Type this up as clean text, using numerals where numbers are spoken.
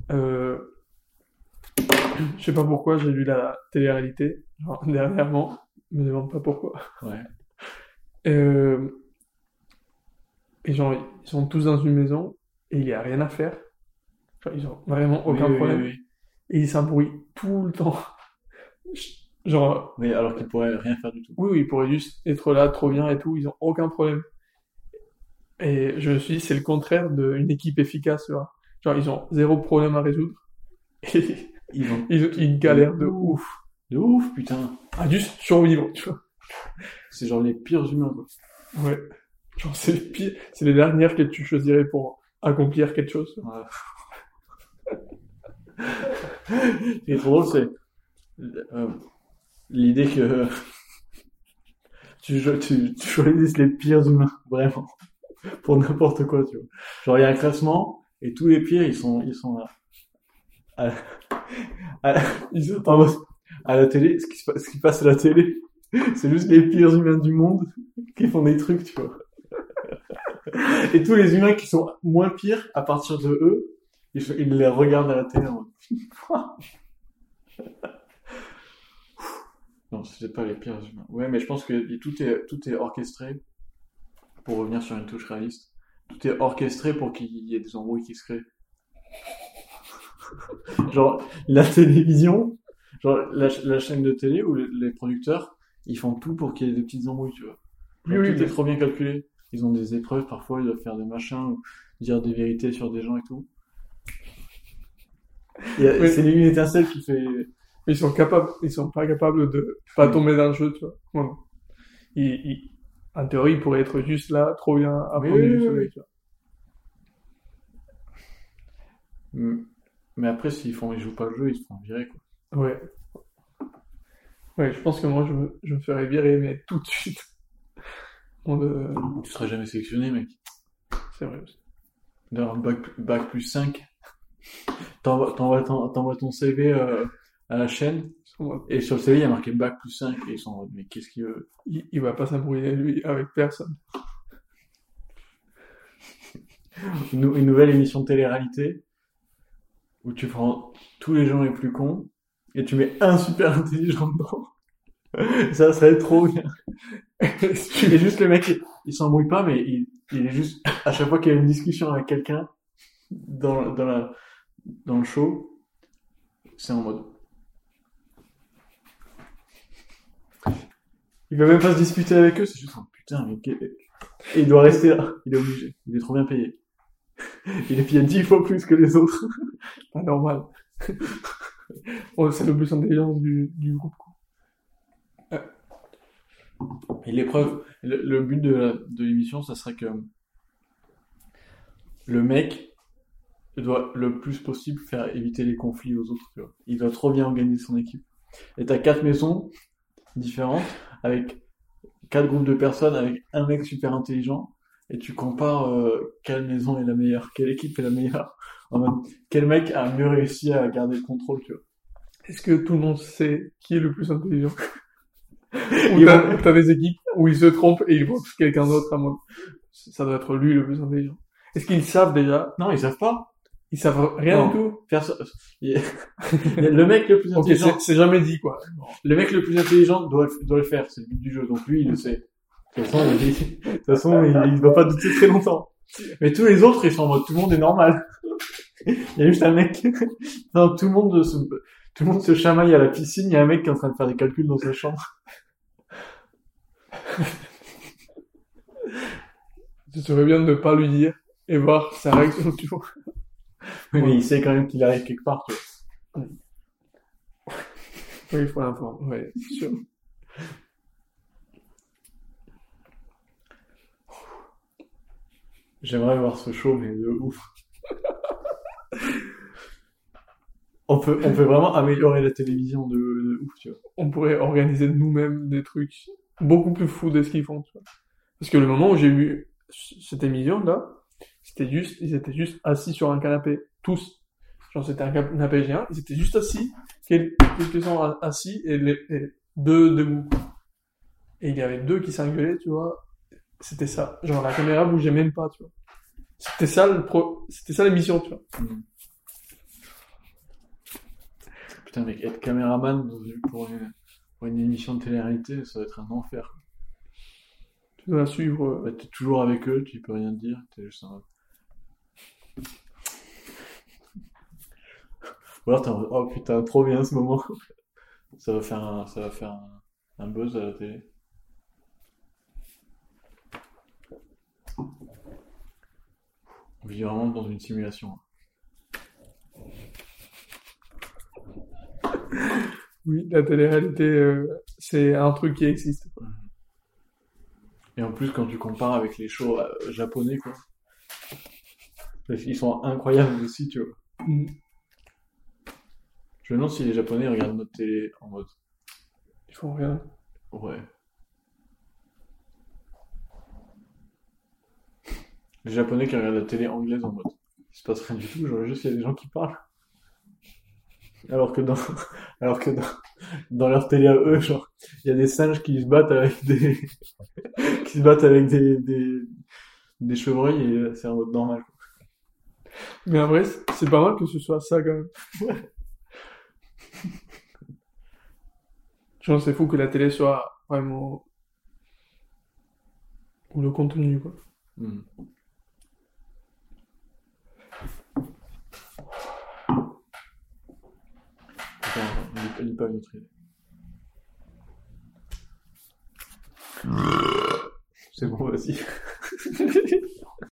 Euh, je sais pas pourquoi, j'ai vu la télé-réalité, genre, dernièrement. Me demande pas pourquoi. Ouais. Euh, et genre, ils sont tous dans une maison et il y a rien à faire. Genre, ils ont vraiment Oui, aucun oui, oui, problème. oui. Et ils s'embrouillent tout le temps. Genre, Oui, alors qu'ils pourraient rien faire du tout. oui, ils pourraient juste être là, trop bien et tout, ils ont aucun problème. Et je me suis dit, c'est le contraire d'une équipe efficace, tu vois. Genre, ils ont zéro problème à résoudre. Et Ils ont ils de galèrent de ouf. ouf. De ouf, putain. À juste survivre, tu vois. C'est genre les pires humains, quoi. Ouais. Genre, c'est les pires, c'est les dernières que tu choisirais pour accomplir quelque chose. Ouais. Ce qui est trop drôle, c'est euh, l'idée que tu choisisses les pires humains, vraiment, pour n'importe quoi, tu vois. Genre, il y a un classement, et tous les pires, ils sont là. À, à, Ils sont en mode- à la télé, ce qui passe à la télé, c'est juste les pires humains du monde qui font des trucs, tu vois. Et tous les humains qui sont moins pires, à partir de eux, ils les regardent à la télé en mode, non, c'est pas les pires humains. Ouais, mais je pense que tout est orchestré, pour revenir sur une touche réaliste. Tout est orchestré pour qu'il y ait des embrouilles qui se créent. Genre, la télévision, genre, la chaîne de télé où les producteurs, ils font tout pour qu'il y ait des petites embrouilles, tu vois. Oui, Genre, oui, tout est mais trop bien calculé. Ils ont des épreuves, parfois, ils doivent faire des machins, ou dire des vérités sur des gens et tout. oui, C'est une étincelle qui fait, ils sont pas capables de pas tomber dans le jeu, tu vois. Voilà. En théorie, ils pourraient être juste là, trop bien, à oui, prendre oui, du oui, soleil, oui. tu vois. Mais après, ils jouent pas le jeu, ils se font virer, quoi. Ouais. Ouais, je pense que moi, je me ferais virer, mais tout de suite. Tu seras jamais sélectionné, mec. C'est vrai aussi. D'ailleurs, bac plus 5. T'envoies ton CV à la chaîne, et sur le CV, il y a marqué bac plus 5, et ils sont en mode, mais qu'est-ce qu'il veut? Il va pas s'embrouiller, lui, avec personne. Une nouvelle émission de télé-réalité, où tu prends tous les gens les plus cons, et tu mets un super intelligent dedans. Ça serait trop bien. Et juste le mec, il s'embrouille pas, mais il est juste, à chaque fois qu'il y a une discussion avec quelqu'un, dans le show, c'est en mode, il va même pas se disputer avec eux, c'est juste, putain, mais et il doit rester là, il est obligé, il est trop bien payé. Il est payé 10 fois plus que les autres. Pas normal. Oh, c'est le plus intelligent du groupe, quoi. Et l'épreuve, le but de l'émission, ça serait que le mec doit le plus possible faire éviter les conflits aux autres, tu vois. Il doit trop bien organiser son équipe. Et t'as 4 maisons différentes, avec 4 groupes de personnes, avec un mec super intelligent, et tu compares quelle maison est la meilleure, quelle équipe est la meilleure. En mode, quel mec a mieux réussi à garder le contrôle, tu vois. Est-ce que tout le monde sait qui est le plus intelligent? Ou Ils vont- t'as des équipes où ils se trompent et ils votent quelqu'un d'autre à mode. Ça doit être lui le plus intelligent. Est-ce qu'ils savent déjà? Non, ils savent pas. Ils savent rien Non. du tout? Le mec le plus Ok, intelligent, c'est jamais dit, quoi. le mec le plus intelligent doit le faire, c'est le but du jeu, donc lui il le sait. De toute façon, il va pas douter très longtemps. Mais tous les autres, ils sont en mode tout le monde est normal. Il y a juste un mec. Non, tout le monde se chamaille à la piscine, il y a un mec qui est en train de faire des calculs dans sa chambre. Ce serait bien de ne pas lui dire et voir sa réaction, tu vois. Oui, mais il sait quand même qu'il arrive quelque part, tu vois. Oui, il faut l'informer. Ouais, c'est sûr. J'aimerais voir ce show, mais de ouf. On peut vraiment améliorer la télévision de ouf, tu vois. On pourrait organiser nous-mêmes des trucs beaucoup plus fous de ce qu'ils font, tu vois. Parce que le moment où j'ai vu cette émission-là, ils étaient juste assis sur un canapé, tous. Genre, c'était un canapé géant, ils étaient juste assis, quelques-uns assis, et deux debout. Et il y avait deux qui s'engueulaient, tu vois. C'était ça. Genre, la caméra bougeait même pas, tu vois. C'était ça l'émission, tu vois. Putain, mec, être caméraman pour une émission de télé-réalité, ça va être un enfer. Tu dois suivre. Bah, t'es toujours avec eux, tu peux rien dire, t'es juste un... Ou alors t'es en mode, oh putain, trop bien ce moment. Ça va faire un buzz à la télé. On vit vraiment dans une simulation. Oui, la télé-réalité, c'est un truc qui existe. Et en plus, quand tu compares avec les shows japonais, quoi, ils sont incroyables aussi, tu vois. Mm. Je me demande si les Japonais regardent notre télé en mode, Ils font rien. ouais. Les Japonais qui regardent la télé anglaise en mode, il se passe rien du tout, genre juste il y a des gens qui parlent. Alors que dans, alors que dans leur télé à eux, genre, il y a des singes qui se battent avec qui se battent avec des chevreuils et c'est en mode normal, quoi. Mais en vrai, c'est pas mal que ce soit ça quand même. Ouais. Genre, c'est fou que la télé soit vraiment. Ou le contenu, quoi. Hmm. Attends, lis pas une autre idée. C'est bon, vas-y.